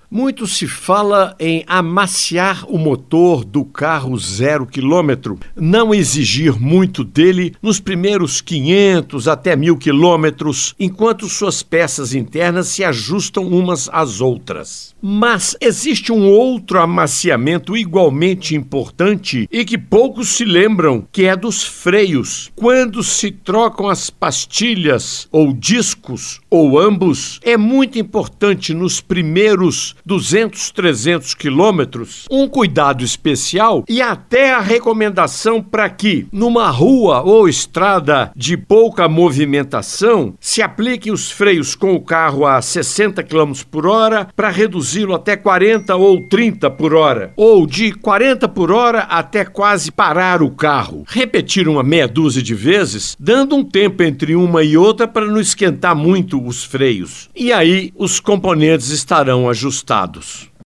Muito se fala em amaciar o motor do carro 0 km, não exigir muito dele nos primeiros 500 até 1.000 km, enquanto suas peças internas se ajustam umas às outras. Mas existe um outro amaciamento igualmente importante e que poucos se lembram, que é dos freios. Quando se trocam as pastilhas ou discos ou ambos, é muito importante nos primeiros 200, 300 quilômetros um cuidado especial e até a recomendação para que, numa rua ou estrada de pouca movimentação, se apliquem os freios com o carro a 60 km por hora para reduzi-lo até 40 ou 30 por hora, ou de 40 por hora até quase parar o carro. Repetir uma meia dúzia de vezes, dando um tempo entre uma e outra para não esquentar muito os freios. E aí os componentes estarão ajustados.